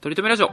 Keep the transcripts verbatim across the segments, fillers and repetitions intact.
とりとめラジオ。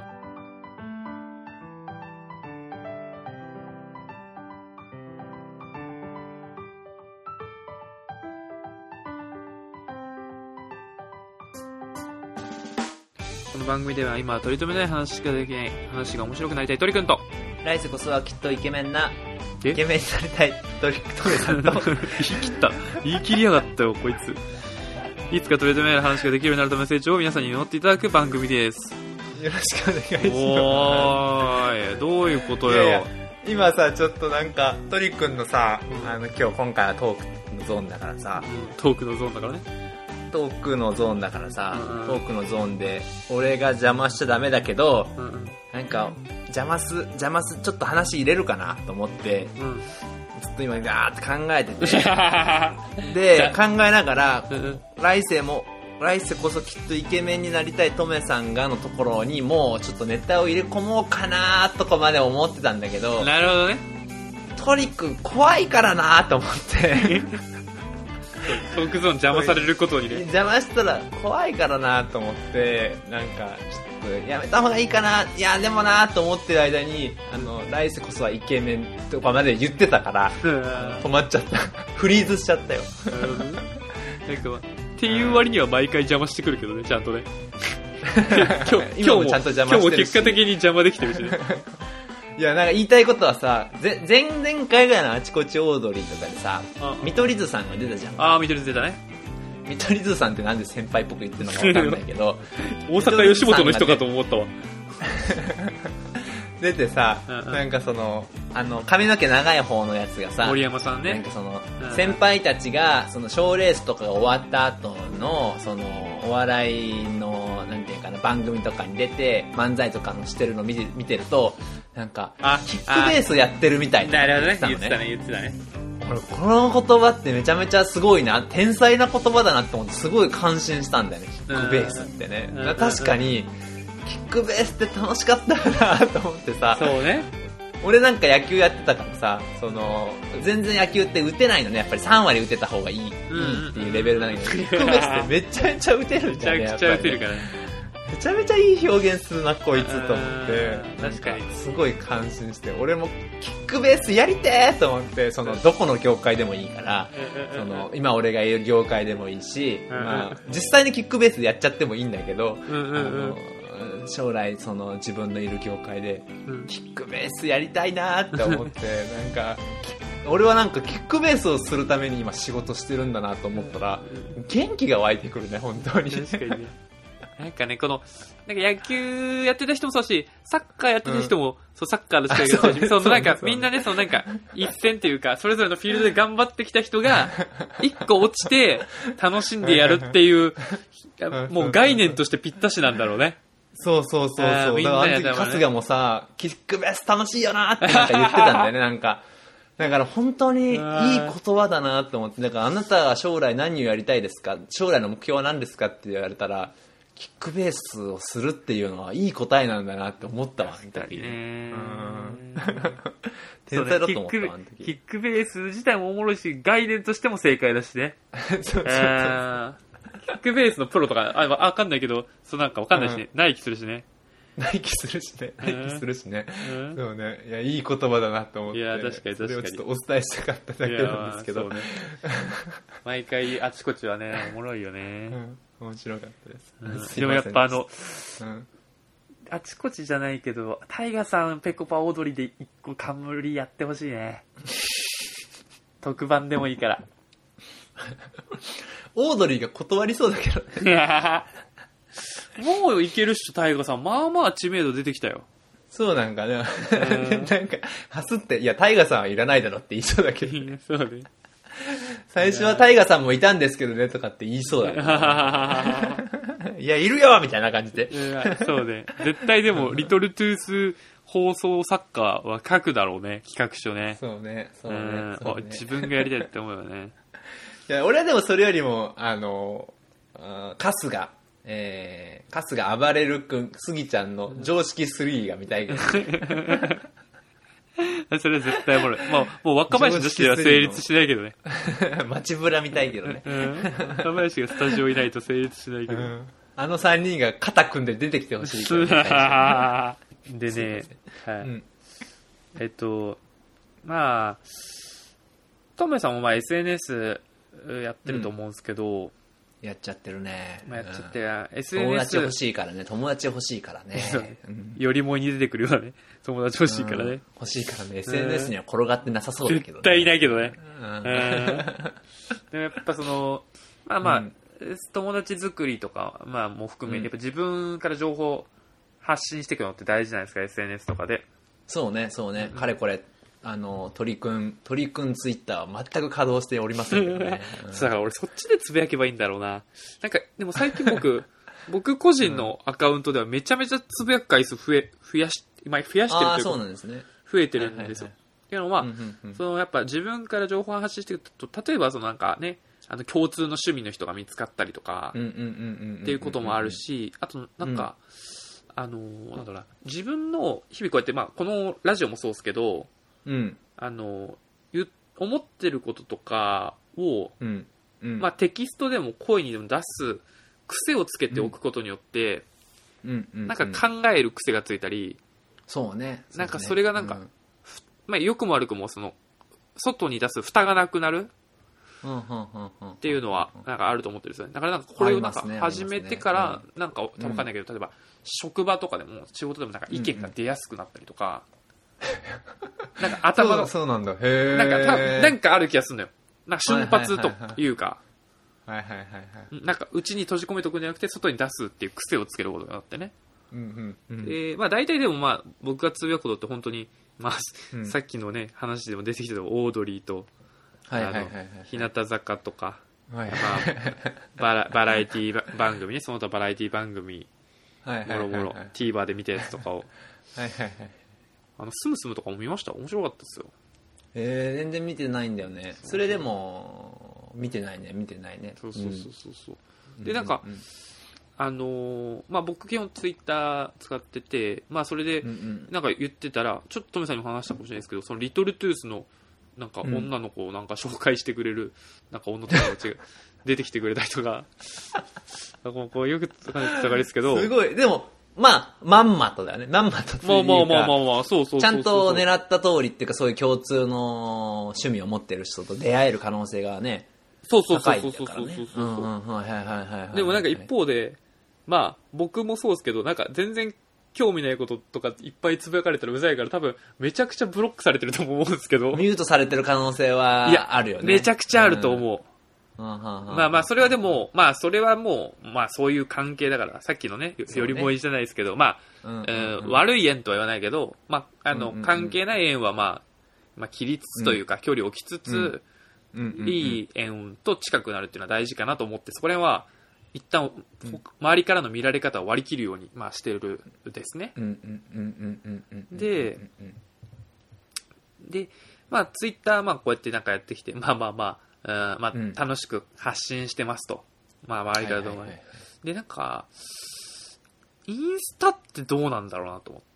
この番組では今取り留めない話しかできない、話が面白くなりたい鳥くんと、 来世こそはきっとイケメンなえイケメンになりたい鳥トメさんと言い切った言い切りやがったよこいつ。いつか取り留めない話ができるようになるための成長を皆さんに祈っていただく番組です。 よろしくお願いします。 おーい、どういうことよ。 いやいや今さちょっとなんか鳥くんのさ、うん、あの今日今回はトークのゾーンだからさ、 うん、トークのゾーンだからね。 トークのゾーンだからさ、 うんうん、 トークのゾーンで俺が邪魔しちゃダメだけど、うんうん、なんか邪魔す邪魔すちょっと話入れるかなと思って、うん、ずっと今ガーって考えててで考えながら、うん、来世も来世こそきっとイケメンになりたいトメさんがのところにもうちょっとネタを入れ込もうかなとかまで思ってたんだけど、 なるほどね。 鳥くん怖いからなと思ってトークゾーン邪魔されることにね、 邪魔したら怖いからなと思って、なんかちょっとやめた方がいいかな、いやでもなと思ってる間にあの来世こそはイケメンとかまで言ってたから止まっちゃったフリーズしちゃったよなんかっていう割には毎回邪魔してくるけどね、ちゃんとね今日今もちゃんと邪魔してるし、 今日も結果的に邪魔できてるしねいやなんか言いたいことはさ、ぜ前々回ぐらいのあちこちオードリーとかでさ、見取り図さんが出たじゃん。 ああ、見取り図出たね。 見取り図さんってなんで先輩っぽく言ってるのか分かんないけど大阪吉本の人かと思ったわ出てさ、うんうん、なんかそのあの髪の毛長い方のやつがさ、 森山さんね、 なんかその、うん、先輩たちがその賞レースとかが終わった後のそのお笑いのなんていうかな番組とかに出て漫才とかのしてるのを見て見てるとなんかキックベースやってるみたいな、 なるほどね、言ってたね言ってたね。 俺この言葉ってめちゃめちゃすごいな、天才な言葉だなって思ってすごい感心したんだよね、キックベースってね。だ確かにキックベースって楽しかったなと思ってさ、 そうね、 俺なんか野球やってたからさ、その全然野球って打てないのね、やっぱりさん割打てた方がいい、うん、いいっていうレベルなんだけど、キックベースってめちゃめちゃ打てるじゃんね。 めちゃくちゃ打てるからね、 めちゃめちゃいい表現するなこいつと思って、 確かにすごい感心して、俺もキックベースやりてーと思って、そのどこの業界でもいいから、その今俺がいる業界でもいいし、まあ、実際にキックベースやっちゃってもいいんだけど、あの将来その自分のいる業界でキックベースやりたいなって思ってなんか俺はなんかキックベースをするために今仕事してるんだなと思ったら元気が湧いてくるね、本当に。 確かにねなんかね、このなんか野球やってた人もそうし、サッカーやってた人も、うん、そうサッカーの試合がそうし、そのなんかみんなね、そのなんか一戦っていうかそれぞれのフィールドで頑張ってきた人が一個落ちて楽しんでやるっていうもう概念としてぴったしなんだろうね。 そうそうそうそう。だからあの時春日もさ、キックベース楽しいよなってなんか言ってたんだよね、なんか。だから本当にいい言葉だなと思って、だからあなたは将来何をやりたいですか、将来の目標は何ですかって言われたら、キックベースをするっていうのはいい答えなんだなって思ったわ、みたいな。天才だと思ったわ、あの時。 キックベース自体もおもろいし、概念としても正解だしね。 そうそうそう。 キックベースのプロとか、あ、わかんないけど、そうなんかわかんないしね、うん、内気するしね。 内気するしね。内気するしね。うん、そうね。いや、いい言葉だなと思って。 いや、確かに確かに。 それをちょっとお伝えしたかっただけなんですけど。 そうね、毎回あちこちはね、おもろいよね。 うん、面白かったです。 うん、でもやっぱあの、うん、あちこちじゃないけど、タイガさん、ペコパ踊りで一個冠やってほしいね。特番でもいいから。 オードリーが断りそうだけどねもういけるっしょ、タイガさん。まあまあ知名度出てきたよ。 そうなんかね。なんか、はすって、いや、タイガさんはいらないだろって言いそうだけど、ね。 そうね。 最初はタイガさんもいたんですけどねとかって言いそうだけど、ね。いや、いるよみたいな感じで。 そうね。絶対でも、リトルトゥース放送作家は書くだろうね、企画書ね。 そうね。そうね。 そうね、自分がやりたいって思うよね。 いや、俺はでもそれよりも、あの、春日、えー、春日暴れる君、スギちゃんの常識スリーが見たいけど、ね。 それは絶対おもろい。まあ、もう若林としては成立しないけどね。 街ブラ見たいけどね。 うん、若林がスタジオいないと成立しないけど。うん、 あのさんにんが肩組んで出てきてほしいけどね。 でね、はい。 うん、 えっと、まあ、トメさんもまあ エスエヌエス やってると思うんですけど、うん、 やっちゃってるね。 まあ、やっちゃって、うん、 エスエヌエス。友達欲しいからね、友達欲しいからね。 うん、よりもに出てくるようなね、友達欲しいからね。うん、 欲しいからね、エスエヌエス には転がってなさそうだけどね。 絶対いないけどね。うん、でもやっぱその、まあまあ、うん、友達作りとか、まあも含め、やっぱ自分から情報発信していくのって大事じゃないですか、エスエヌエス とかで。 そうね、そうね、うん、かれこれ。あの鳥くん鳥くんツイッターは全く稼働しておりませんけどね、うん、だから俺そっちでつぶやけばいいんだろうな。なんかでも最近僕僕個人のアカウントではめちゃめちゃつぶやく回数増え増やし今増やしてるというか、 そうなんですね、 増えてるんですよ。っていうのは、そのやっぱ自分から情報を発信していくと、例えばそのなんかね、あの共通の趣味の人が見つかったりとかっていうこともあるし、あとなんか、うん、あのなんだろうな、自分の日々こうやってまあこのラジオもそうですけど。 うん、 あの思ってることとかを、 うんうんまあ、テキストでも声にでも出す癖をつけておくことによって、 うんうんうん、 なんか考える癖がついたり、 そうね、 なんかそれがなんか、うんまあ、良くも悪くもその外に出す蓋がなくなるっていうのはなんかあると思ってるんですよね。だからなんかこれをなんか始めてからなんか分かんないけど、例えば職場とかでも仕事でもなんか意見が出やすくなったりとか、なんか頭のそうなんだ、へなんか多分なんかある気がするんだよ。なんか瞬発というか、 はいはいはいはい、 なんか内に閉じ込めとくんじゃなくて外に出すっていう癖をつけることになってね。 うんうんうん、 でまあ大体でもまあ僕がつぶやくことって本当にまあ、うん、さっきのね話でも出てきたオードリーと日向坂とか、はいはいはいまあ、バラバラエティ番組ね、その他バラエティ番組もろもろ TVer で見たやつとかをはいはいはい、 あのスムスムとかも見ました。面白かったですよ。 えー、全然見てないんだよね。それでも見てないね見てないね。 そうそうそうそうそう、うん、でなんか、うんうん、あのー、まあ僕基本ツイッター使ってて、まあそれでなんか言ってたら、ちょっとトメさんにも話したかもしれないですけど、そのリトルトゥースのなんか女の子をなんか紹介してくれるなんか女友達が出てきてくれた人がこうよくつかないですけど、 すごい。でもまあ、まんまとだよね。まんまとっていうか。 まあまあまあまあまあ、そうそうそうそう。 ちゃんと狙った通りっていうか、そういう共通の趣味を持ってる人と出会える可能性がね、 そうそうそうそう高いからね。 でもなんか一方で、まあ、僕もそうですけど、なんか全然興味ないこととかいっぱいつぶやかれたらうざいから、多分めちゃくちゃブロックされてると思うんですけど。 ミュートされてる可能性はあるよね。 めちゃくちゃあると思う。 うんまあまあそれはでもまあそれはもうまあそういう関係だから、さっきのねよりもいいじゃないですけど、まあ悪い縁とは言わないけど、まああの関係ない縁はまあまあ切りつつというか距離を置きつついい縁と近くなるっていうのは大事かなと思って、そこら辺は一旦周りからの見られ方を割り切るようにまあしてるですね。ででまあツイッターまあこうやってなんかやってきて、まあまあまあうんまあ、うん、楽しく発信してますと、まあ、周りからどうも、はいはいはいはい、でなんかインスタってどうなんだろうなと思って。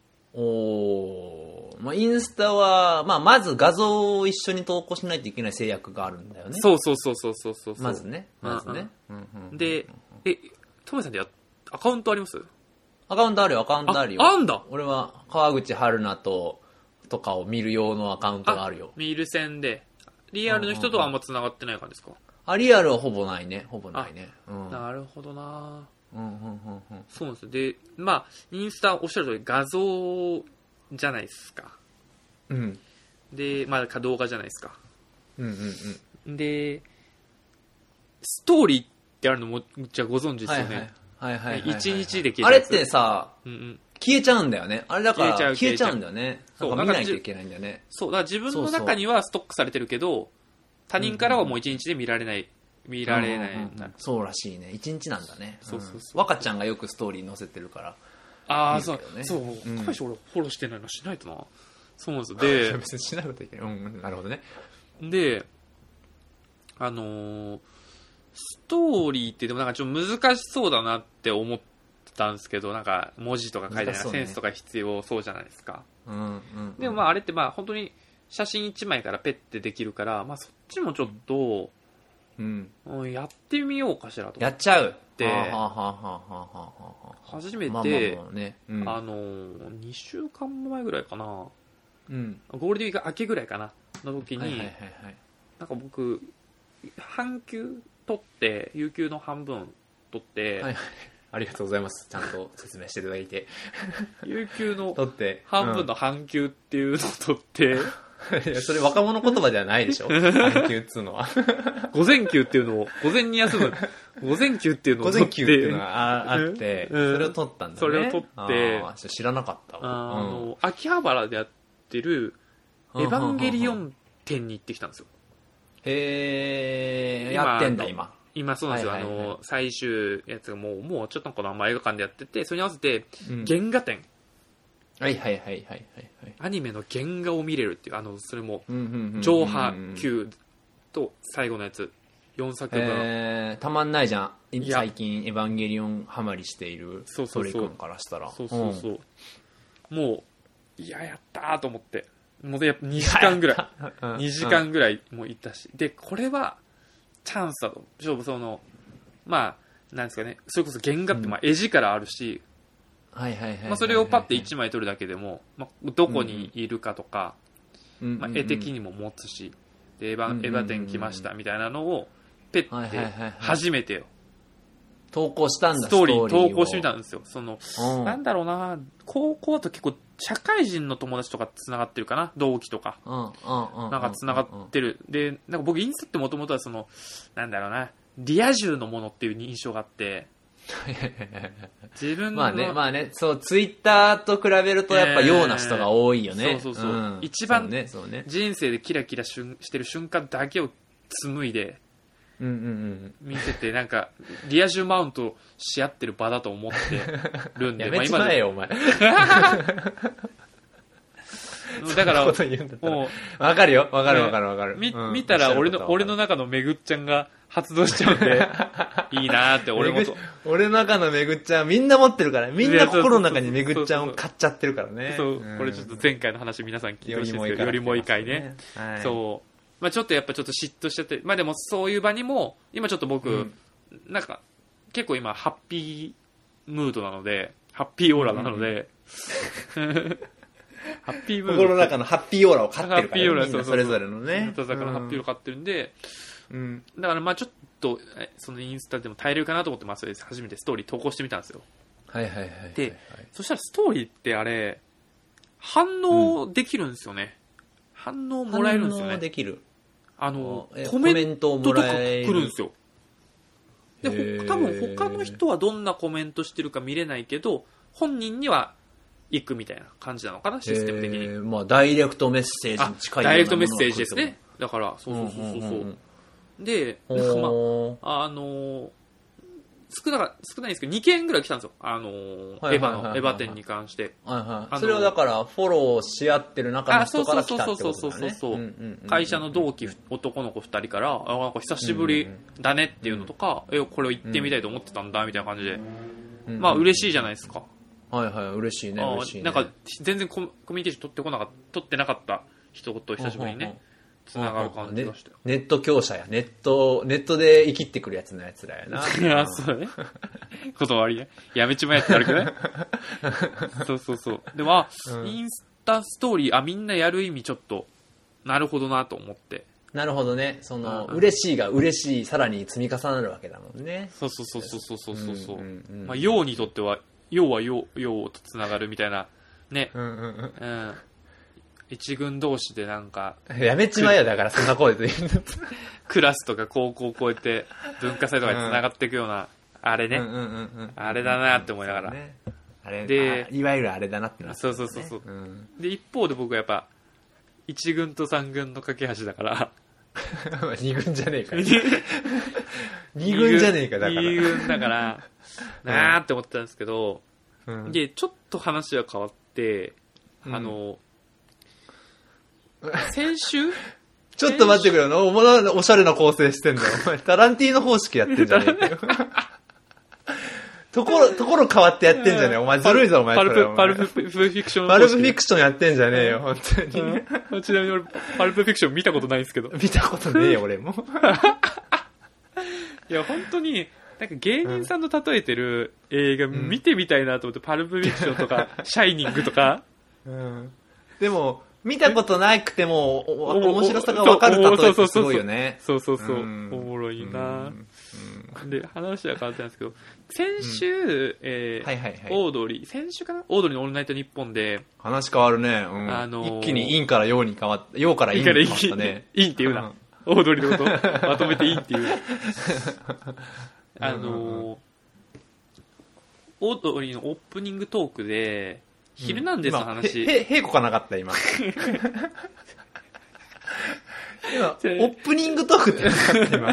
おー、まあ、インスタは、まあ、まず画像を一緒に投稿しないといけない制約があるんだよね。 そうそうそうそうそうそうまずねまずね、 うんうん、でえトメさんってアカウントあります？ アカウントあるよアカウントあるよ。 あんだ。 俺は川口春奈ととかを見る用のアカウントがあるよ。 見る線でリアルの人とはあんま繋がってない感じですか？ あ、リアルはほぼないね。ほぼないね。 うん、なるほどな。 うんうんうんうん。 そうなんですよ。で、まあ、インスタおっしゃる通り画像じゃないですか。 うん。 で、まあ、動画じゃないですか。 うんうんうん。 で、ストーリーってあるのも、じゃあご存知ですよね。 はいはいはい。 一日で消えちゃう。 あれってさ、 うんうん、 消えちゃうんだよね。あれだから消えちゃう消えちゃうんだよね。そう、見ないといけないんだよね。 そう、だから自分の中にはストックされてるけど、他人からはもう一日で見られない、見られない、うんうんうん、 そうらしいね。一日なんだね。 そうそうそう。 若ちゃんがよくストーリー載せてるから。 ああ、そう、そう。大将俺フォローしてないのしないとな。そうなんですよ。で、 別にしなくていけない。うん、なるほどね。 で、あのー、ストーリーってでもなんかちょっと難しそうだなって思ったんですけど、なんか文字とか書いてない、ね、センスとか必要そうじゃないですか。 うんうんうん、 でもまああれってまあ本当に写真いちまいからペッてできるから、まあそっちもちょっと、 うん。 うん、やってみようかしらと思って。 やっちゃう。 で、 はあはあはあはあはあはあ、 初めて、 まあまあまあね、うん、 あのー、にしゅうかんまえぐらいかな、 うん、 ゴールデンウィーク明けぐらいかなの時に、 はいはいはいはい、 なんか僕半休取って有給の半分取って、 はいはい、ありがとうございます、ちゃんと説明していただいて有給の取って半分の半休っていうのを取って、うんいやそれ若者言葉ではないでしょ半休っつうのは午前休っていうのを午前に休む午前休っていうのを取って午前休っていうのが あ, あって、 うん、 それを取ったんだね。 それを取ってあ知らなかったわ。 あの、うん、秋葉原でやってるエヴァンゲリオン展に行ってきたんですよ。 へえ、やってんだ今。 今そうなんですよ、はいはいはい、あの最終やつがもうもうちょっとこの映画館でやってて、それに合わせて原画展、 うん、はいはいはいはいはい、 アニメの原画を見れるっていう、あのそれも上波級と最後のやつよんさくぶん、 えー、たまんないじゃん最近エヴァンゲリオンハマりしている鳥くんからしたら。 そうそうそう、うん、もういややったーと思って、もうやっぱにじかんぐらいにじかんぐらいも行ったし、でこれはチャンスだと、勝負そのまあなんですかね、それこそ原画ってまあ絵力あるし、それをパッていちまい撮るだけでも、まあ、どこにいるかとか、うんうんまあ、絵的にも持つし、でエヴァ、うんうんうん、エヴァ展来ましたみたいなのをペッて初めてよ、 投稿したんだ、 ストーリー投稿してみたんですよ。その、うん、なんだろうな、高校だと結構社会人の友達とかつながってるかな、同期とか、うんうん、なんかつながってる。でなんか僕インスタってもともとはそのなんだろうな、リア充のものっていう印象があって自分のまあねまあね、そうツイッターと比べるとやっぱような人が多いよね、 えー、そうそうそう、うん、一番人生でキラキラしゅんしてる瞬間だけを紡いで見てて、なんかリア充マウントし合ってる場だと思ってるんでやめちまえよ、まあ、 お前だからもうわかるよ、わかるわかるわかる、 見、うん、見たら俺の俺の中のめぐっちゃんが発動しちゃうんでいいなーって。俺も俺の中のめぐっちゃんみんな持ってるから、みんな心の中にめぐっちゃんを買っちゃってるからね。 そう、うん、これちょっと前回の話皆さん聞いてほしいんですけど、よりもう一回ね、はい、そうまあちょっとやっぱちょっと嫉妬しちゃって、まあでもそういう場にも今ちょっと僕、うん、なんか結構今ハッピームードなので、ハッピーオーラなので、うん、ハッピームード、 心の中のハッピーオーラを買ってるから、ね、 ハッピーオーラ、 みんなそれぞれのね、 だからハッピーオーラ買ってるんで、うん、だからまあちょっとそのインスタでも耐えれるかなと思ってます。初めてストーリー投稿してみたんですよ。 はいはいはい、はい、 でそしたらストーリーってあれ反応できるんですよね、うん、反応もらえるんですよね。 反応できる、 あのコメントとか来るんですよ。で多分他の人はどんなコメントしてるか見れないけど本人には行くみたいな感じなのかな、システム的に。 まあダイレクトメッセージに近いようなものが来る。 ダイレクトメッセージですね。だからそうそうそうそう、うんうんうんうん、でなんかまああの少な少ないんですけどにけんぐらい来たんですよ、あのーはいはいはいはいはい、エヴァのエヴァ展に関して、はいはい、 それはだからフォローし合ってる中の人から来たってことだね。そうそうそうそう、うんうんうんうん、 会社の同期男の子ふたりからあなんか久しぶりだねっていうのとか、うんうん、えこれ行ってみたいと思ってたんだみたいな感じで、うんうん、まあ嬉しいじゃないですか。 はいはい、嬉しいね、嬉しいね。 なんか全然コミュニケーション取ってこなかった取ってなかった人と久しぶりにねつながる感じがして、 ネット強者や、ネットネットで生きってくるやつのやつらやな。 いやそうね。断りね。やめちまえってあるけどね。そうそうそう。でも、あ、うん、インスタストーリーあみんなやる意味ちょっとなるほどなと思って。 なるほどね。その、うん、嬉しいが嬉しいさらに積み重なるわけだもんね。 そうそうそうそうそうそうそう。うんうんうん、まあ陽にとっては陽は陽陽とつながるみたいなね。うんうんうん。うん一軍同士でなんかやめちまえよ、だからそんな声でクラスとか高校を超えて文化祭とかに繋がっていくような、うん、あれね、うんうんうんうん、あれだなって思いながら、ね、 あれでいわゆるあれだなってなって、 ね、そうそうそうそう、うん、で一方で僕はやっぱ一軍と三軍の架け橋だから二軍じゃねえか二軍じゃねえかだから二軍だからなーって思ってたんですけど、うん、でちょっと話は変わって、うん、あの先週ちょっと待ってくれよ。お前おしゃれな構成してんだよ。お前タランティーノ方式やってんじゃねえかよ。ところ、ところ変わってやってんじゃねえ。お前ずるいぞ、お前。 パルプ、パルプフィクション。 パルプフィクションやってんじゃねえよ、本当に、 うん。ちなみに俺、パルプフィクション見たことないんですけど。 見たことねえよ、俺も。 いや本当になんか芸人さんの例えてる映画見てみたいなと思って、うん、パルプフィクションとかシャイニングとか、 うん、でも見たことなくても面白さが分かる例えってすごいよね。 そうそうそうそう、うん、おもろいな、うん、で話は変わってないんですけど、先週、うんえーはいはいはい、オードリー先週かなオードリーのオールナイトニッポンで話変わるね、うんあのー、一気に陰から陽に変わった陽から陰に変わったね。 陰って言うな、うん、オードリーのことまとめて陰って言うあのーうんうん、オードリーのオープニングトークでヒルナンデスの話、 うん、へ、へ、へいこかなかった今今オープニングトークってなかった今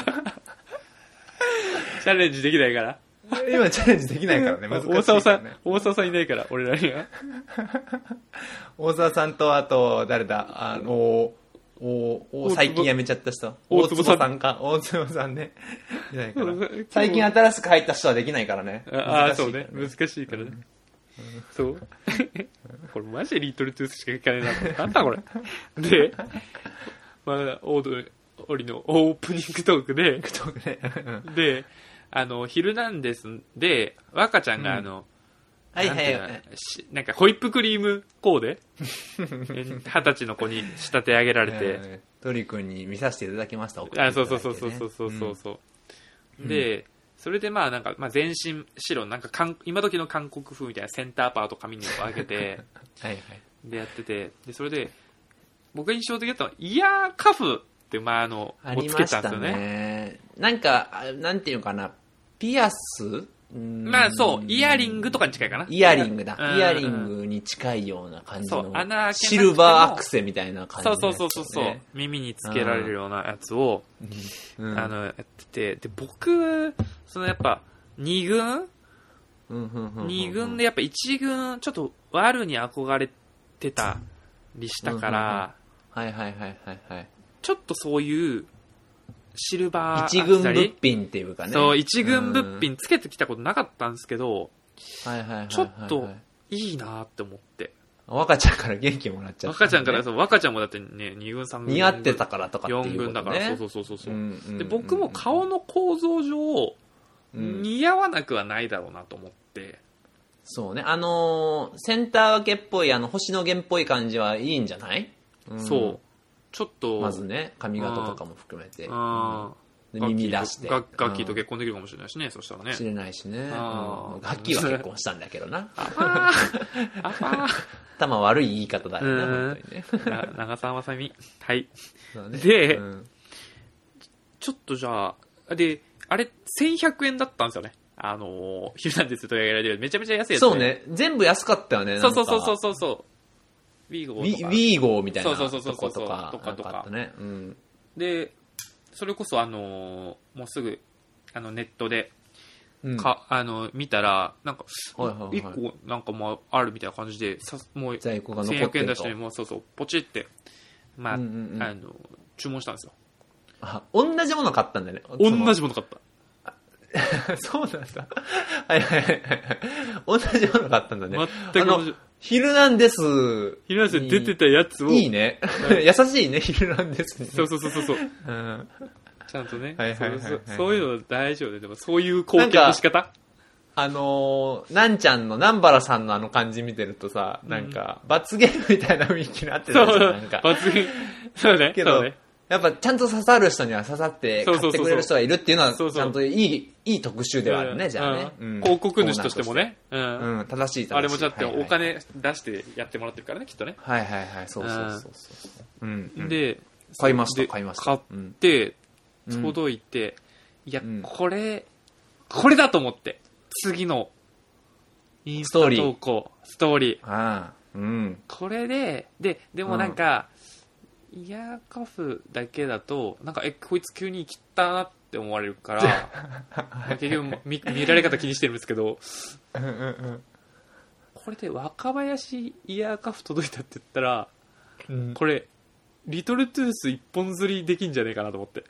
チャレンジできないから今チャレンジできないからね、難しいからね。大沢さん大沢さんいないから俺らには大沢さんとあと誰だあのおお最近辞めちゃった人大坪さんか大坪さんねいないから最近新しく入った人はできないからね。 ああそうね難しいからね、うんそうこれマジでリトルトゥースしか聞かねえななんだこれで、まあ、オードリーのオープニングトークでであのヒルナンデスで若ちゃんがあの、うんはいはいはい、なんかホイップクリームコーデ二十歳の子に仕立て上げられてトリ君に見させていただきました、ね、 あそうそうそうそうそうそうそう、うん、でそれでまあなんか、まあ、全身白なんか韓今時の韓国風みたいなセンターパート髪に上げてはい、はい、でやっててでそれで僕が印象的だったのはイヤーカフってまああのありましたね。をつけたんですよね。なんかなんていうのかなピアスまあそうイヤリングとかに近いかな。 イヤリングだ、うん、イヤリングに近いような感じの穴シルバーアクセみたいな感じのやつ、ね、 そうそうそうそう耳につけられるようなやつを、うん、あのやっててで僕そのやっぱに軍に軍でやっぱいち軍ちょっと悪に憧れてたりしたから、 はいはいはいはいはいちょっとそういうシルバー一軍物品っていうかねそう一軍物品つけてきたことなかったんですけど、はいはいはいはい、ちょっといいなって思って若ちゃんから元気もらっちゃった、ね、 若ちゃんからそう若ちゃんもだってねに軍さん軍似合ってたからとかっていうこと、ね、 よん軍だからそうそうそうそう、うんうんうん、で僕も顔の構造上、うん、似合わなくはないだろうなと思ってそうねあのー、センター分けっぽいあの星野源っぽい感じはいいんじゃない、 うん、そうちょっとまずね髪型とかも含めて、 あ、 うん、で耳出してガッキーと結婚できるかもしれないしね、うん、そしたらね知れないしね、うん、ガッキーは結婚したんだけどなあああ頭悪い言い方だよね本当にね長澤まさみはい、ね、で、うん、ちょっとじゃあであれせんひゃくえんだったんですよねあのヒルナンデスとやられるめちゃめちゃ安いやつそうね全部安かったよねそうそうそうそうそうそうウィーゴーとか。 ウィーゴーみたいなとことか。 そうそうそうそうとかとか。ねうん、 で、それこそあのー、もうすぐあのネットで、うん、かあの見たらなんかいっこなんかもあるみたいな感じでさもう在庫が残ってるとせんひゃくえん出してもうそうそうポチってまあ、うんうんうん、あの注文したんですよ。 あ同じもの買ったんだね。 同じもの買った。 そうなんだ。はいはいはい。同じもの買ったんだね。 全く同じ。 ヒルナンデス。 ヒルナンデスで出てたやつを。 いいね。優しいね、ヒルナンデスに、ね。 そうそうそうそう。うん、ちゃんとね。はいはいはいはい、そうそういうの大丈夫で、でもそういう貢献の仕方あのー、なんちゃんの南原さんのあの感じ見てるとさ、なんか、罰ゲームみたいな雰囲気になってるじゃん。そうなんか罰ゲーム。そうね。 けど、 そうね。 やっぱちゃんと刺さる人には刺さって買ってくれる人がいるっていうのはちゃんといいいい特集ではあるね、じゃあね、 うん、広告主としてもね、 うん、うん、正しい正しいあれもだってお金出してやってもらってるからねきっとねはいはいはいそうそうそうそう、うんうん、 で買いました買いました買って届いて、うん、いやこれこれだと思って次のインスタ投稿ストーリーああ、うん、 これでででもなんか、うんイヤーカフだけだとなんかえこいつ急に切ったなって思われるから結局 見, 見られ方気にしてるんですけどうんうん、うん、これで若林イヤーカフ届いたって言ったら、うん、これリトルトゥース一本釣りできんじゃねえかなと思って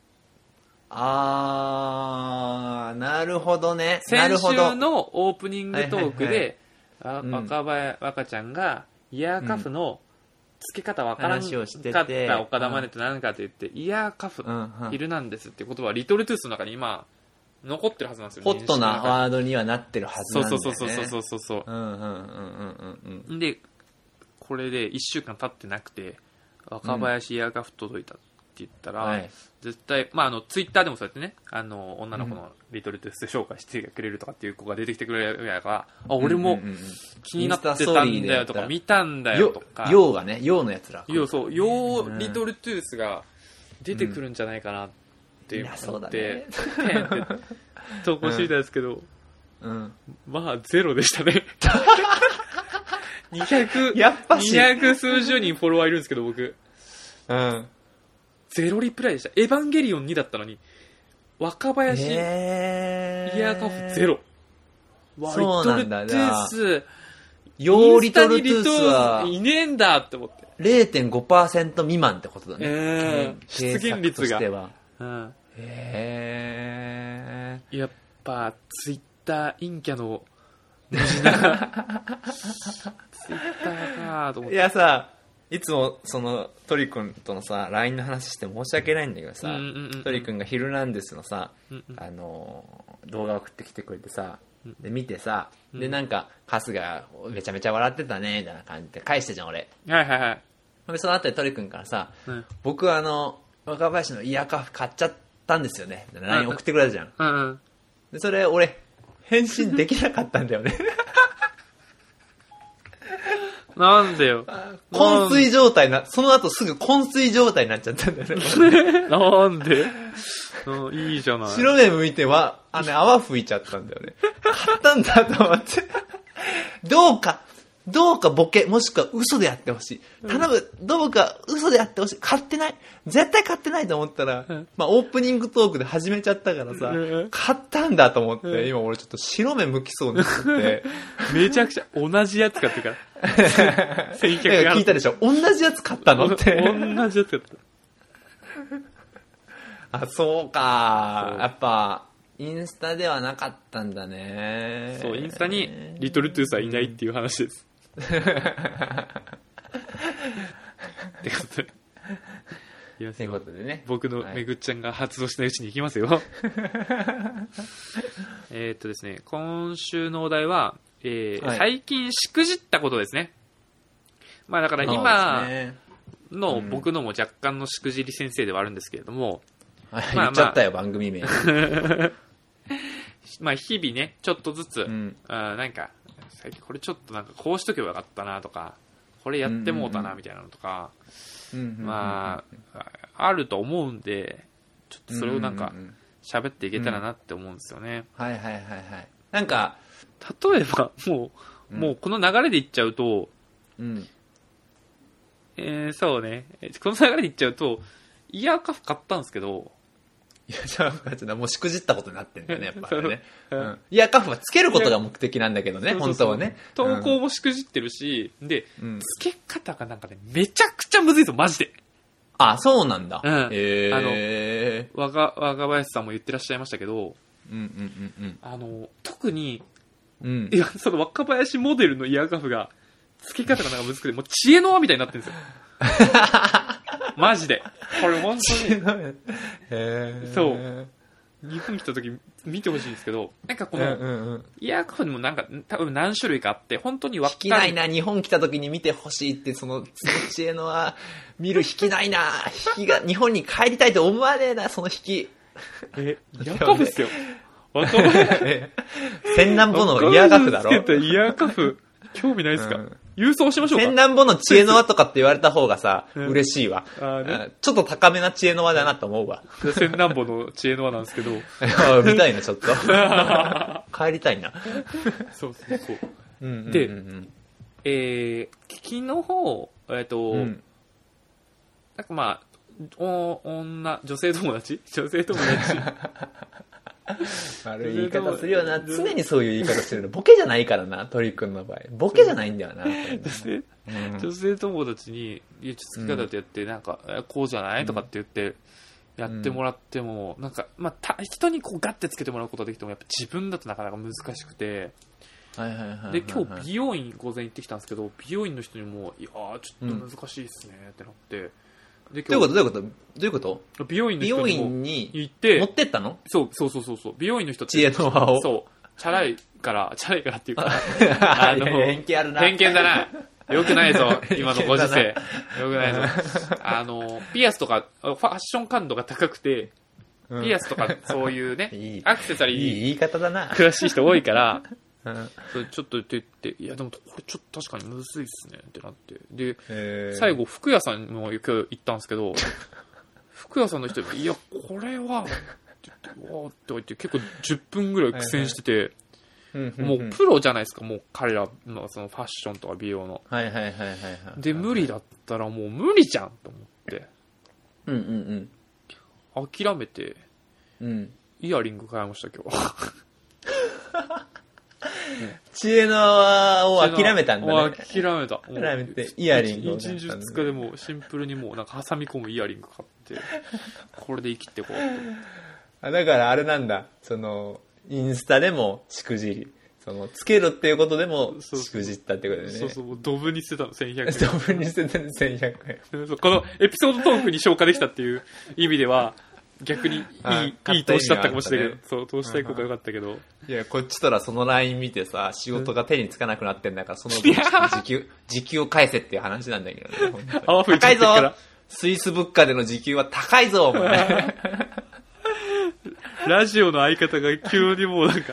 あーなるほどね先週のオープニングトークで、はいはいはい、若林若ちゃんがイヤーカフの、うん付け方わからんかった岡田真似って何かと言って、うん、イヤーカフ、うんうん、ヒルナンデスっていう言葉はリトルトゥースの中に今残ってるはずなんですよ。 ホットなワードにはなってるはずなんだよね。 そうそうそうそうそうそう。 うんうんうんうんうん。 で、これでいっしゅうかん経ってなくて、若林イヤーカフ届いたって言ったら、うんはい、絶対、まあ、あの、ツイッターでもそうやってね、あの、女の子のリトルトゥース紹介してくれるとかっていう子が出てきてくれるやから、あ、俺も気になってたんだよとか、見たんだよとか。 ヨウがね、ヨウのやつら。 ヨウ、そう、ヨウリトルトゥースが出てくるんじゃないかなって思って、うん、投稿してみたんですけど、 うん、 まあ、ゼロでしたね。にひゃく、 やっぱしにひゃく数十人フォロワーいるんですけど、僕。 うん。 ゼロリプライでした。エヴァンゲリオンにだったのに、若林、イヤーカフゼロ。 そうなんだ。 リトルトゥース、 ヨーリトルトゥースはいねえんだって思って。 れいてんごパーセント 未満ってことだね。 えー、出現率が。 はうん、 へー。やっぱ、ツイッター陰キャの文字な。ツイッターかと思って。 いやさ、いつもそのトリ君とのさ ライン の話して申し訳ないんだけどさ、うんうんうんうん、トリ君がヒルナンデスのさ、うんうん、あの動画を送ってきてくれてさ、で見てさ、うん、でなんか春日めちゃめちゃ笑ってたねみたいな感じで返してじゃん俺。 はいはいはい。 でその後でトリ君からさ、うん、僕あの若林のイヤーカフ買っちゃったんですよね。ライン 送ってくれたじゃん。 うんうん、 でそれ俺返信できなかったんだよね。 なんでよ。 昏睡状態な、その後すぐ昏睡状態になっちゃったんだよね。 なんで、うん、いいじゃない。 白目向いては、あの、泡吹いちゃったんだよね。買ったんだと思って。どうか、どうかボケ、もしくは嘘でやってほしい。頼む、どうか嘘でやってほしい。買ってない。絶対買ってないと思ったら、うん、まあオープニングトークで始めちゃったからさ、うん、買ったんだと思って、うん、今俺ちょっと白目向きそうになって。 めちゃくちゃ同じやつ買ってから。 せんひゃくえん聞いたでしょ。同じやつ買ったのって。 同じやつ買った。 あ、そうか。そうやっぱ、インスタではなかったんだね。 そう、インスタにリトルトゥースはいないっていう話です。ってことで。いや、 ということでね。 僕のめぐっちゃんが発動しないうちに行きますよ。えっとですね、今週のお題は、えーはい、最近しくじったことですね。まあだから今の僕のも若干のしくじり先生ではあるんですけれども、 うん、まあ、言っちゃったよ、番組名。 まあ日々ね、ちょっとずつ、うん、あなんか最近これちょっとなんかこうしとけばよかったなとか、これやってもうたなみたいなのとか、まああると思うんで、ちょっとそれをなんか喋っていけたらなって思うんですよね。 はいはいはいはい。なんか例えばもう、うん、もうこの流れでいっちゃうと、うん、えー、そうね、この流れでいっちゃうとイヤーカフ買ったんですけど。 いや、じゃあ、もうしくじったことになってんだよね、やっぱりね。うん、イヤーカフはつけることが目的なんだけどね、本当はね。 投稿もしくじってるし、うん、で、つけ方がなんかね、めちゃくちゃむずいぞ、マジで。 あ、そうなんだ。 うん。へー。あの、若、若林さんも言ってらっしゃいましたけど、 うんうんうんうん。 あの、特に、 うん、 いや、その若林モデルのイヤーカフが、付け方がなんか難しくて、もう知恵の輪みたいになってるんですよ。マジで。これ本当に。 へそう。日本来た時見てほしいんですけど、なんかこの、 うんうんうん、 イヤーカフにもなんか多分何種類かあって、本当に分かる。引きないな、日本来た時に見てほしいって、その、その知恵の輪、見る引きないな、引きが、日本に帰りたいと思わねえな、その引き。 え、イヤーカフっすよ。若林。 千何歩のイヤーカフだろ。 イヤーカフ、興味ないですか、うん、郵送しましょうか。 千何歩の知恵の輪とかって言われた方がさ、 うん、 嬉しいわ、 あ、ね。 ちょっと高めな知恵の輪だなと思うわ。 千何歩の知恵の輪なんですけど。 見たいな、ちょっと。帰りたいな。 そうそうそう。 うんうんうんうん、 で、えー、昨日、えっと、うん、なんかまあ、お女、女性友達女性友達。 悪い言い方するよな。常にそういう言い方してるの。ボケじゃないからな、鳥くんの場合。ボケじゃないんだよな。 女性、うん、女性友達に、いや、つき方ってやって、なんか、こうじゃない、うん、とかって言って、やってもらっても、うん、なんか、まあ、た人にこうガッてつけてもらうことができても、やっぱ自分だとなかなか難しくて、 はいはいはいはい、 で、今日美容院午前行ってきたんですけど、美容院の人にも、いやー、ちょっと難しいっすね、ってなって、 でどういうことどういうことどういうこと美容院の人美容にも院に行って持ってったの？ そうそうそうそうそう美容院の人って知恵の輪を。 そうチャラいからチャラいからっていうかああの偏見あるな。 偏見だなよくないぞ今のご時世偏よくないぞあのピアスとかファッション感度が高くてうんピアスとかそういうねいいアクセサリーいい言い方だな。 詳しい人多いからうんそれちょっとって言っていやでもこれちょっと確かにむずいっすねってなってでへー最後服屋さんも今日行ったんですけど服屋さんの人にいやこれはって言ってわーって言って結構じゅっぷんぐらい苦戦しててもうプロじゃないですかもう彼らのそのファッションとか美容のはいはいはいはいはい。 で無理だったらもう無理じゃんと思ってうんうん諦めてうん。うん。 イヤリング買いました今日知恵の輪を諦めたんだもうね。 諦めた。もう諦めてイヤリングをいちにちふつかでもうシンプルにもうなんか挟み込むイヤリング買って、これで生きてこうと思って。 あだからあれなんだ。その、インスタでもしくじり。その、つけるっていうことでもしくじったってことだよね。 そうそう、もうドブに捨てたの、せんひゃくえん。 ドブに捨ててるせんひゃくえん。 そうこのエピソードトークに消化できたっていう意味では、逆にいい、いい投資だったかもしれないけど、そう、投資対効果良かったけど。 いや、こっちとらそのライン見てさ、仕事が手につかなくなってんだから、その時給、時給を返せっていう話なんだけどね。本当に泡吹いちゃ高いってるからぞスイス物価での時給は高いぞお前ラジオの相方が急にもうなんか、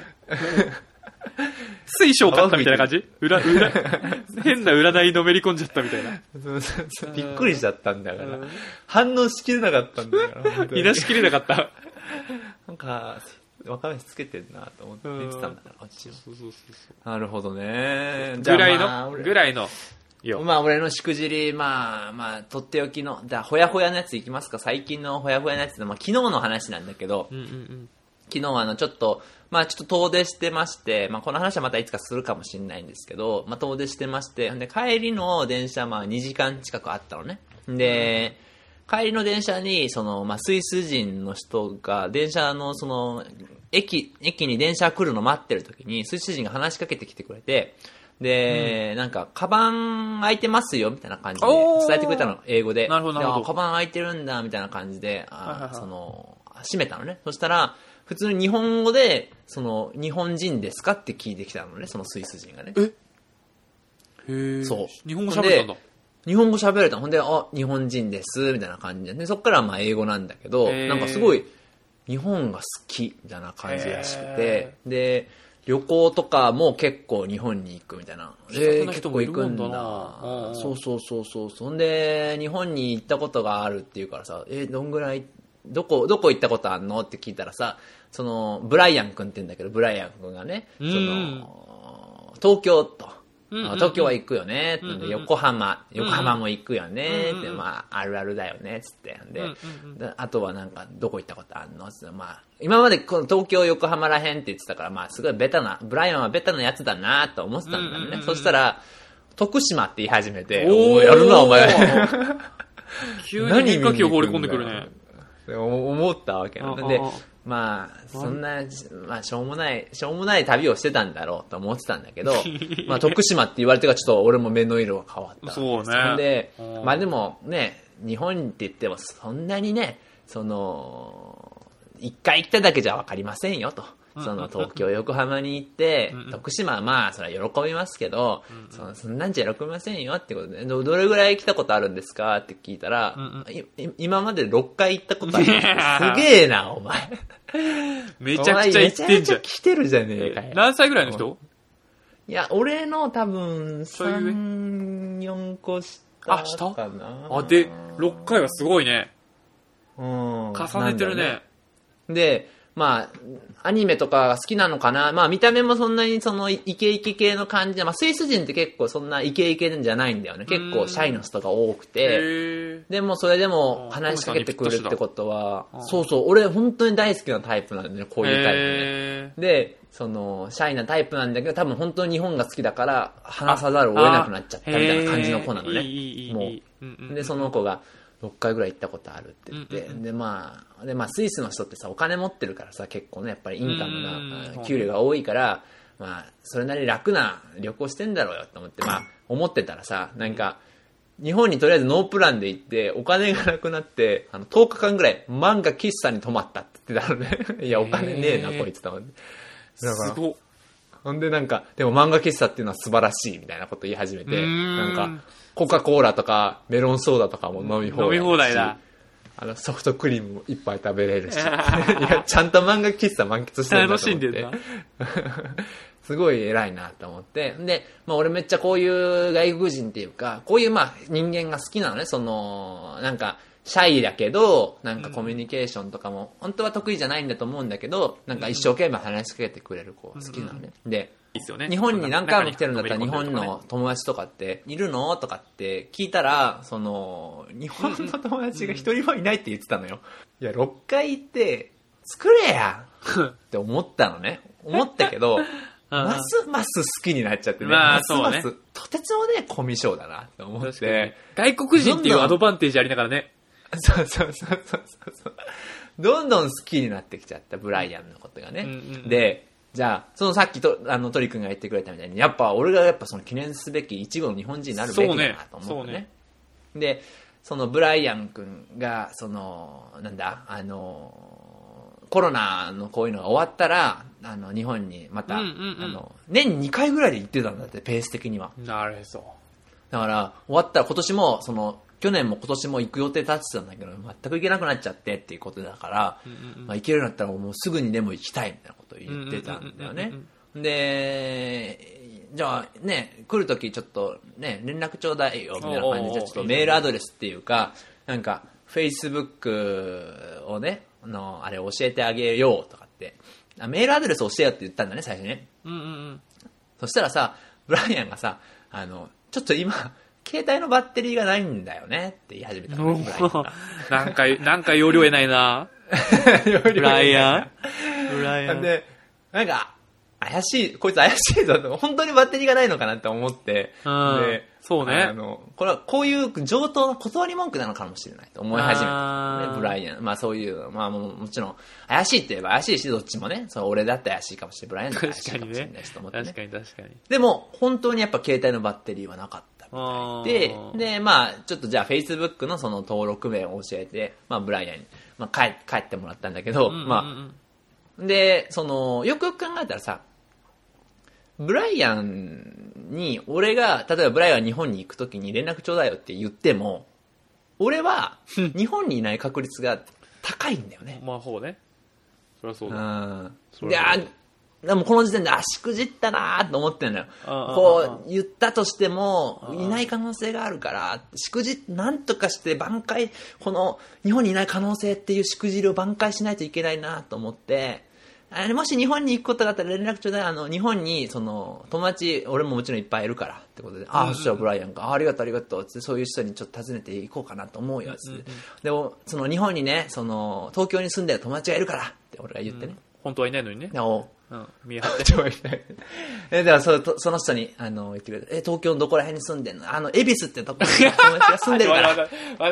水晶買ったみたいな感じ裏、裏、変な占いのめり込んじゃったみたいな。 そうそうそうびっくりしちゃったんだから。反応しきれなかったんだから。本当にいなしきれなかった。 なんか、若林つけてんなと思って見てたんだから、こっちはそうそうそうそう。 なるほどね。 ぐらいの、 じゃあまあ俺ぐらいの。よ。 まあ俺のしくじり、まあまあ、とっておきの、じゃあほやほやのやついきますか。最近のほやほやのやつで、まあ昨日の話なんだけど、 うんうんうん。 昨日はあのちょっと、まあちょっと遠出してまして、まあこの話はまたいつかするかもしれないんですけど、まあ遠出してまして、で帰りの電車まあにじかん近くあったのね。で、帰りの電車に、その、まあスイス人の人が、電車のその、駅、駅に電車来るの待ってる時に、スイス人が話しかけてきてくれて、で、うん、なんか、カバン開いてますよ、みたいな感じで伝えてくれたの、英語で。 なるほど、なるほど。 カバン開いてるんだ、みたいな感じで、あその、閉めたのね。そしたら、普通に日本語で、その、日本人ですかって聞いてきたのね、そのスイス人がね。 えへえ。 そう。 日本語喋れたんだ。 日本語喋れた。ほんで、あ、日本人です、みたいな感じで。で、そっからまあ英語なんだけど、なんかすごい、日本が好き、みたいな感じらしくて、で、旅行とかも結構日本に行くみたいな。えー、結構行くんだ。そうそうそうそう。そんで、日本に行ったことがあるっていうからさ、えー、どんぐらい、どこ、どこ行ったことあんのって聞いたらさ、その、ブライアン君って言うんだけど、ブライアン君がね、その、東京と、東京は行くよね、って、横浜、横浜も行くよね、って、まあ、あるあるだよね、つって。で、あとはなんか、どこ行ったことあんのつって、まあ、今までこの東京、横浜らへんって言ってたから、まあ、すごいベタな、ブライアンはベタなやつだな、と思ってたんだよね。そしたら、徳島って言い始めて、おー、やるな、お前。 急に変化球放り込んでくるね。 思ったわけなんで、まあ、そんな、まあ、しょうもない、しょうもない旅をしてたんだろうと思ってたんだけど、まあ、徳島って言われてからちょっと俺も目の色が変わった。 そうね。 で、まあでもね、日本って言ってもそんなにね、その、一回行っただけじゃわかりませんよと。その東京、横浜に行って、徳島はまあ、それは喜びますけど、そのそんなんじゃ喜びませんよってことで、ど、どれぐらい来たことあるんですかって聞いたら、今までろっかい行ったことある。すげえな、お前。 めちゃくちゃ行ってんじゃん。 めちゃくちゃ来てるじゃねえかよ。 何歳ぐらいの人？ いや、俺の多分、さん、よんこ下あ、下かな。 あ、で、ろっかいはすごいね。 うん。 重ねてるね。 で、まあ、アニメとかが好きなのかな。まあ、見た目もそんなにそのイケイケ系の感じで、まあ、スイス人って結構そんなイケイケじゃないんだよね。結構シャイな人が多くて。でもそれでも話しかけてくるってことは、そうそう、俺本当に大好きなタイプなんだよね、こういうタイプね。で、その、シャイなタイプなんだけど、多分本当に日本が好きだから話さざるを得なくなっちゃったみたいな感じの子なのね。もう。で、その子が、ろっかいぐらい行ったことあるって言って、うんうんうん、でまあでまあスイスの人ってさお金持ってるからさ結構ねやっぱりインカムが給料が多いからまあそれなりに楽な旅行してんだろうよと思ってまあ思ってたらさなんか日本にとりあえずノープランで行って、お金がなくなって、あの、とおかかんぐらい漫画喫茶に泊まったって言ってたのね。いや、お金ねえな、こいつと思って。だからすごっ。 ほんでなんか、でも漫画喫茶っていうのは素晴らしいみたいなこと言い始めて、なんか、コカ・コーラとかメロンソーダとかも飲み放題。 飲み放題だ。 あの、ソフトクリームもいっぱい食べれるし。いや、ちゃんと漫画喫茶満喫してるんだと思って。楽しんでるな。すごい偉いなと思って。で、まあ俺めっちゃこういう外国人っていうか、こういうまあ人間が好きなのね。その、なんか、シャイだけど、なんかコミュニケーションとかも、本当は得意じゃないんだと思うんだけど、なんか一生懸命話しかけてくれる子が好きなのね。で、 いいっすよね、 日本に何回も来てるんだったら日本の友達とかっているのとかって聞いたら、その、日本の友達が一人もいないって言ってたのよ。いや、ろっかい行って作れやって思ったのね。思ったけど、ますます好きになっちゃってね。 まあ、 ますますそうね。 とてつもね、コミュ障だなって思って。 外国人っていうアドバンテージありながらね。 そうそうそうそうそう。どんどん好きになってきちゃった、ブライアンのことがね。うんうん、で、じゃあ、そのさっきと、あの、トリ君が言ってくれたみたいに、やっぱ俺がやっぱその記念すべき一部の日本人になるべきだなと思うね。ねで、そのブライアン君が、その、なんだ、あの、コロナのこういうのが終わったら、あの、日本にまた、うんうんうん、あの、年ににかいぐらいで行ってたんだって、ペース的には。 なるほど。 だから、終わったら今年も、その、去年も今年も行く予定立ってたんだけど、全く行けなくなっちゃってっていうことだから、うんうんうん、まあ、行けるようになったらもうすぐにでも行きたいみたいなことを言ってたんだよね。で、じゃあね、来るときちょっとね、連絡ちょうだいよみたいな感じで、ちょっとメールアドレスっていうか、なんか、Facebook をね、の、あれ教えてあげようとかって、メールアドレス教えようって言ったんだね、最初ね。うんうんうん、そしたらさ、ブライアンがさ、あの、ちょっと今、携帯のバッテリーがないんだよねって言い始めたの。 なんか、なんか容量得ないな。ブライアンブライアン。 で、なんか、怪しい、こいつ怪しいぞと、本当にバッテリーがないのかなって思って、 で、そうね。 あの、これはこういう上等の断り文句なのかもしれないと思い始めた。ね、ブライアン。まあそういう、まあももちろん、怪しいって言えば怪しいし、どっちもね、そう俺だって怪しいかもしれない。ブライアンだって怪しいかもしれないしと思ってね。 確かに確かに。 でも、本当にやっぱ携帯のバッテリーはなかった。で、で、まあ、ちょっとじゃあ Facebook のその登録名を教えて、まあ、ブライアンに、まあ、帰、帰ってもらったんだけど、うんうんうん、まあ、で、その、よくよく考えたらさ、ブライアンに、俺が、例えばブライアン日本に行くときに連絡ちょうだいよって言っても、俺は、日本にいない確率が高いんだよね。 まあ、ほうね。そりゃそうだ。 うん。いやでもこの時点で、あ、しくじったなーと思ってんのよ。こう、言ったとしても、いない可能性があるから、しくじ、なんとかして挽回、この、日本にいない可能性っていうしくじりを挽回しないといけないなと思って、あれもし日本に行くことがあったら連絡ちょうだい。あの、日本に、その、友達、俺ももちろんいっぱいいるから、ってことで、あ、そしたらブライアンが、あ、ありがとうありがとう、ってそういう人にちょっと訪ねていこうかなと思うよ、つって。でも、その日本にね、その、東京に住んでる友達がいるから、って俺が言ってね。 本当はいないのにね。 うん、見え張ってはいない。え、ではそ、その人に、あの、言ってくれて、え、東京のどこら辺に住んでんの？あの、恵比寿ってとこに友達が住んでるから。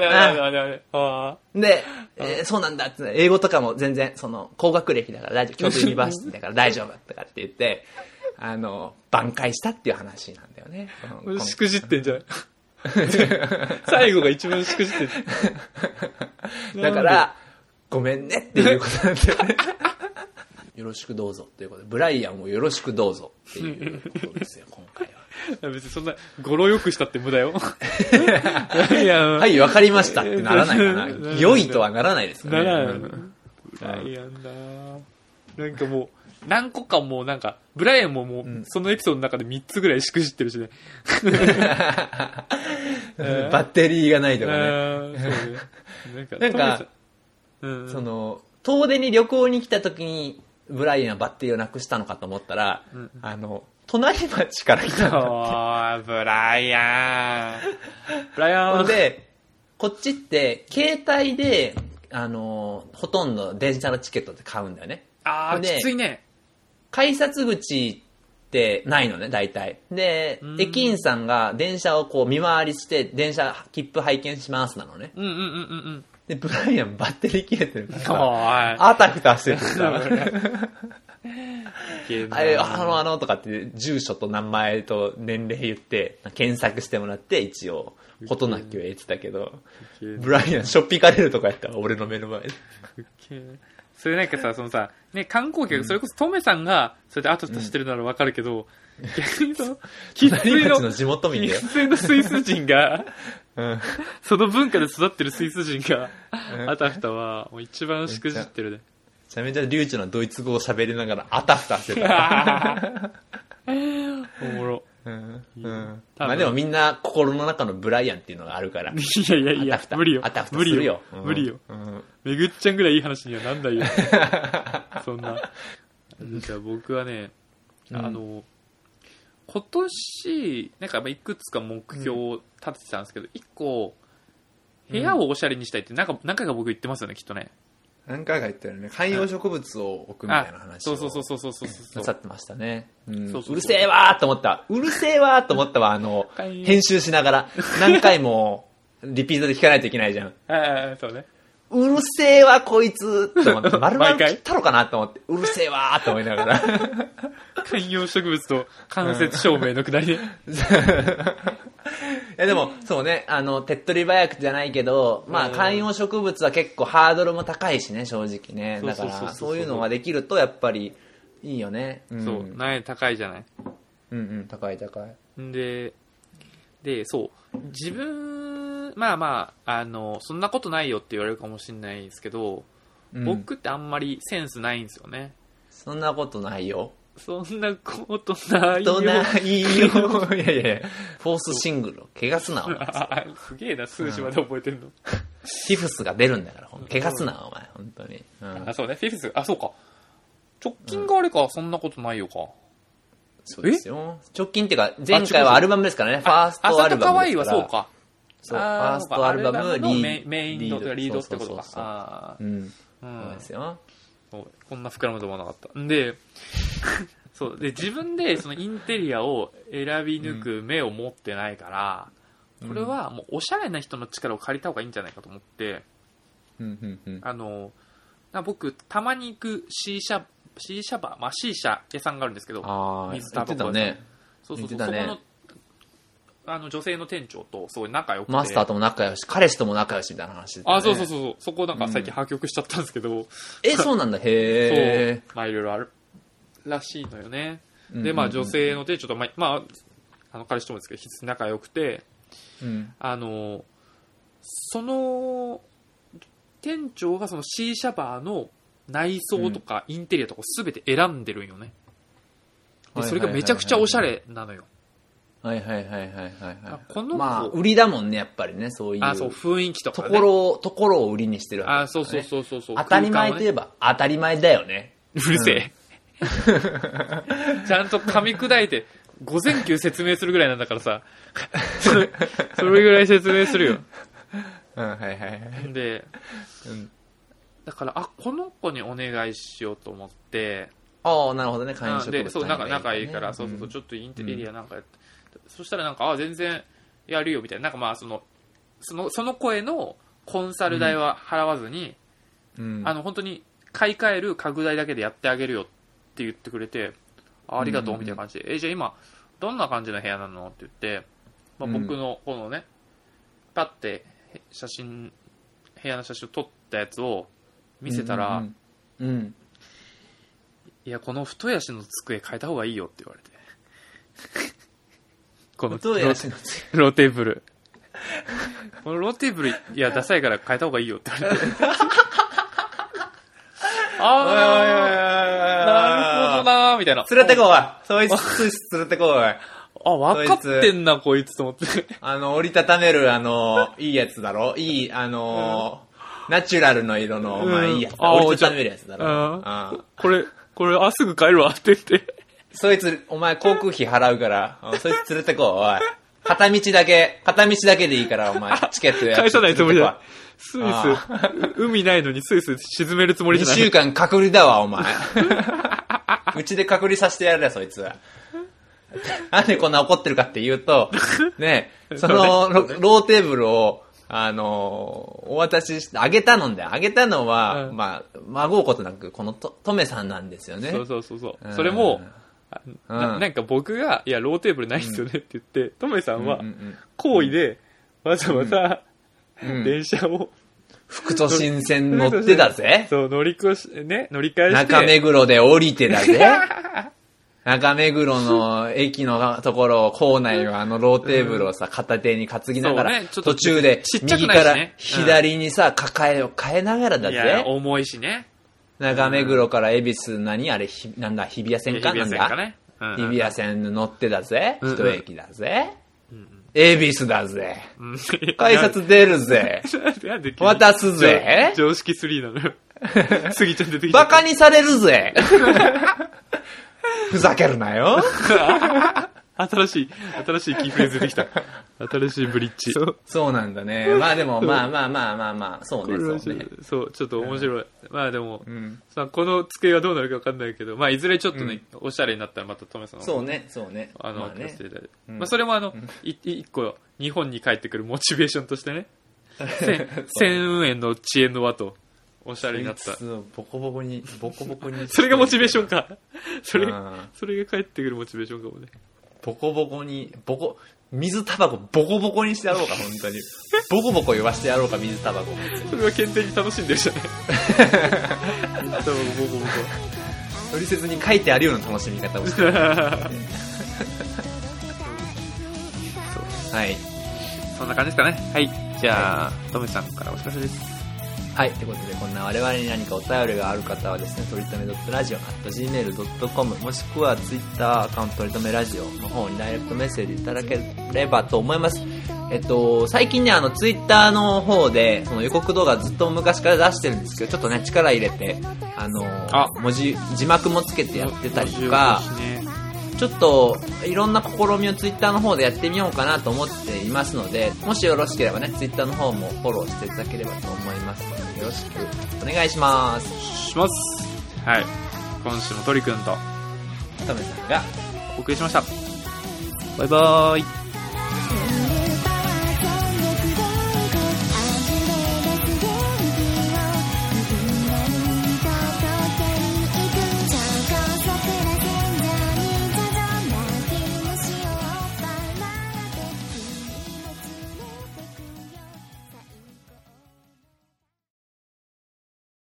で、えー、そうなんだって、英語とかも全然、その、高学歴だから大丈夫。京都ユニバーシティだから大丈夫とかって言って、あの、挽回したっていう話なんだよね。 しくじってんじゃん。最後が一番しくじってる。だから、ごめんねっていうことなんだよね。よろしくどうぞということで、ブライアンをよろしくどうぞっていうことですよ、今回は。 別にそんな、語呂よくしたって無駄よ。 はい、わかりましたってならないかな。良いとはならないですよね。ならない。ブライアンだなんかもう、何個かもうなんか、ブライアンももう、そのエピソードの中でみっつぐらいしくじってるしね。 バッテリーがないとかね。 なんか、 なんかその、遠出に旅行に来た時に、ブライアンはバッテリーをなくしたのかと思ったら、うん、あの、隣町から来たんだって。 おー、ブライアン。ブライアン。 で、こっちって、携帯で、あの、ほとんど電車のチケットって買うんだよね。 あー、きついね。 改札口ってないのね、大体。で、駅員さんが電車をこう見回りして、電車、切符拝見しますなのね。 うんうんうんうんうん。 で、ブライアンバッテリー切れてるからさ、あたふたしててさ、 あれ、あの、あの、とかって、住所と名前と年齢言って、検索してもらって、一応、事なきを得てたけど、ブライアン、しょっぴかれるとかやったら、俺の目の前で。 それなんかさ、そのさ、ね、観光客、それこそトメさんが、それで後としてるならわかるけど、うん、逆にその、生粋の、 の地元民だよ。 生粋のスイス人が、 うん、 その文化で育ってるスイス人が、うん、あたふたは、もう一番しくじってるね。 めちゃめちゃ流暢なドイツ語を喋りながら、あたふたしてた。 おもろ。 うんうん、まあでもみんな心の中のブライアンっていうのがあるから。 いやいやいや、無理よ。 あたふたするよ。 無理よ。うん、めぐっちゃんぐらいいい話にはなんないよ。そんな。じゃあ僕はね、あの、うん、今年、なんかいくつか目標を立ててたんですけど、一、うん、個、部屋をおしゃれにしたいって、なんか何回か僕言ってますよね、きっとね。 何回か言ったよね。観葉植物を置くみたいな話を。 そうそうそうそうそうそう。 なさってましたね。うん、うるせえわーと思った。うるせえわーと思ったわ。あの、編集しながら。何回もリピートで聞かないといけないじゃん。 ああ、そうね。 うるせえわ、こいつと思って。丸々切ったのかなと思って。うるせえわーと思いながら。 観葉植物と間接照明のくだりで。 いやでも、そうね、あの、手っ取り早くじゃないけど、まあ、観葉植物は結構ハードルも高いしね、正直ね。だから、そういうのができると、やっぱり、いいよね。 うん、そう、難易度高いじゃない。 うんうん、高い高い。 で、で、そう、自分、まあまあ、あの、そんなことないよって言われるかもしれないですけど、うん、僕ってあんまりセンスないんですよね。 そんなことないよ。 そんなことないよ。 とないよ。いやいやいや、フォースシングルを怪我すな、お前。 すげえな、数字まで覚えてんの。 うん、フィフスが出るんだから、怪我すな、お前、本当に。 うん、あ、そうね、フィフス、あ、そうか。直近があれか、うん、そんなことないよか。 そうですよ。直近っていうか、前回はアルバムですからね、ファーストアルバムですから。 かわいいはそうか。 そう、ファーストアルバム、リード。メインドとかリードってことか。 ああ。うん。そうですよ。 こんな膨らむと思わなかった。んで、そうで自分でそのインテリアを選び抜く目を持ってないから、うん、これはもうおしゃれな人の力を借りた方がいいんじゃないかと思って、 うんうんうん、 あの僕たまに行く C 社 C 社バー、まあ C 社屋さんがあるんですけど、 水タバコ屋さん、ね、 そうそうそう、ね、そこのあの女性の店長とすごい仲良くて、 マスターとも仲良し、彼氏とも仲良しみたいな話で、ね、 あ、そうそうそう、そこなんか最近破局しちゃったんですけど、うん、 え、そうなんだ、へえ。 そう、まあいろいろあるらしいのよね。で、まあ女性の店長と、まあ、まあ、あの彼氏ともですけど、仲良くて、 うん、 あの、その、店長がその C 社バーの内装とかインテリアとかすべて選んでるんよね。で、それがめちゃくちゃおしゃれなのよ。 はいはいはいはいはい、はい。 このまあ、売りだもんね、やっぱりね、そういう。 あ、そう、雰囲気とか、ね。 ところを、ところを売りにしてるわけ、ね。 あ、そうそうそうそうそう。 当たり前といえば、ね、当たり前だよね。 うるせえ。うん、ちゃんと噛み砕いて、午前休説明するぐらいなんだからさ。それ、それぐらい説明するよ。 うん、はいはいはい。 で、うん、だから、あ、この子にお願いしようと思って、 ああ、なるほどね、観葉植物、 で、そう、なんか仲いいから、そうそうそう、ちょっとインテリアなんかやって、うん、そしたらなんか、あ、全然やるよみたいな、なんかまあ、その、その、その声のコンサル代は払わずに、うん、あの、本当に買い替える家具代だけでやってあげるよって言ってくれて、あ、ありがとうみたいな感じで、うん、え、じゃあ今、どんな感じの部屋なのって言って、まあ、僕のこのね、パッて写真、部屋の写真を撮ったやつを見せたら、 うんうんうん、 いや、この太ヤシの机変えた方がいいよって言われて。この太ヤシの机ローテーブル。このローテーブル、いや、ダサいから変えた方がいいよって言われて。あー、なるほどなー、みたいな。 連れてこい。そいつ、そいつ連れてこい。 あ、分かってんな、こいつと思って。 あの、折りたためる、あの、いいやつだろいい、あの、うん、ナチュラルの色の、うん、まあいいやつだ。折りたためるやつだろあこれ、これ、あ、すぐ帰るわって言って。 そいつ、お前航空費払うから、そいつ連れてこい、おい。片道だけ、片道だけでいいから、お前、チケットや。 返さないつもりだ。スイス、海ないのにスイス沈めるつもりじゃない。 にしゅうかん隔離だわ、お前。うちで隔離させてやるや、そいつ。なんでこんな怒ってるかっていうと、ね、そのロ、ローテーブルを、 あのー、お渡しして、あげたので、あげたのは、うん、まあ、まごうことなく、このと、とめさんなんですよね。 そうそうそうそう。うん、それも、うん、な, なんか僕が、いや、ローテーブルないっすよねって言って、とめさんは、好意で、わざわざ、電車を、 副都心線乗ってだぜ。 そう、乗り越し、ね、乗り換えして。 中目黒で降りてだぜ。中目黒の駅のところ、構内のあのローテーブルをさ、片手に担ぎながら、ね、途中で右から左にさ、抱えを変えながらだぜ。いや、 重いしね。 中目黒から恵比寿、何あれ、ひなんだ、日比谷線かなんだ。日比谷線かね。日比谷線乗ってだぜ。一駅だぜ。恵比寿だぜ。改札出るぜ。渡すぜ。 常識スリーなのよ。スギちゃん出てきた。 バカにされるぜ。ふざけるなよ。 新しい、新しいキーフレーズ出てきた。新しいブリッジ。 そう、そうなんだね。まあでも、まあまあまあまあまあ、そうね、そうね。 そう、ちょっと面白い。まあでも、うん、さこの机がどうなるか分かんないけど、まあいずれちょっとね、うん、おしゃれになったらまたトメさんの。 そうね、そうね。 あの、まあね、うん、まあそれもあの、うん、い一個、日本に帰ってくるモチベーションとしてね、千円の遅延の輪と、おしゃれになった。 ボコボコに、ボコボコに。 それがモチベーションか。それ、それが帰ってくるモチベーションかもね。 ボコボコに、ボコ、水タバコボコボコにしてやろうか、本当に。ボコボコ言わしてやろうか、水タバコ。 それは健全に楽しんでるじゃね。水タバコボコボコ。 取説に書いてあるような楽しみ方をしてる。はい。 そんな感じですかね。はい。じゃあ、トメさんからお知らせです。 はい。ということで、こんな我々に何かお便りがある方はですね、とりとめ .radio アット ジーメール ドットコム もしくは Twitter アカウントとりとめラジオの方にダイレクトメッセージいただければと思います。えっと、最近ね、あの、Twitter の方で、その予告動画ずっと昔から出してるんですけど、ちょっとね、力入れて、あの、あ文字、字幕もつけてやってたりとか、ちょっといろんな試みをツイッターの方でやってみようかなと思っていますので、もしよろしければね、ツイッターの方もフォローしていただければと思いますので、よろしくお願いします。 します。はい。今週もトリくんとトメさんがお送りしました。バイバーイ。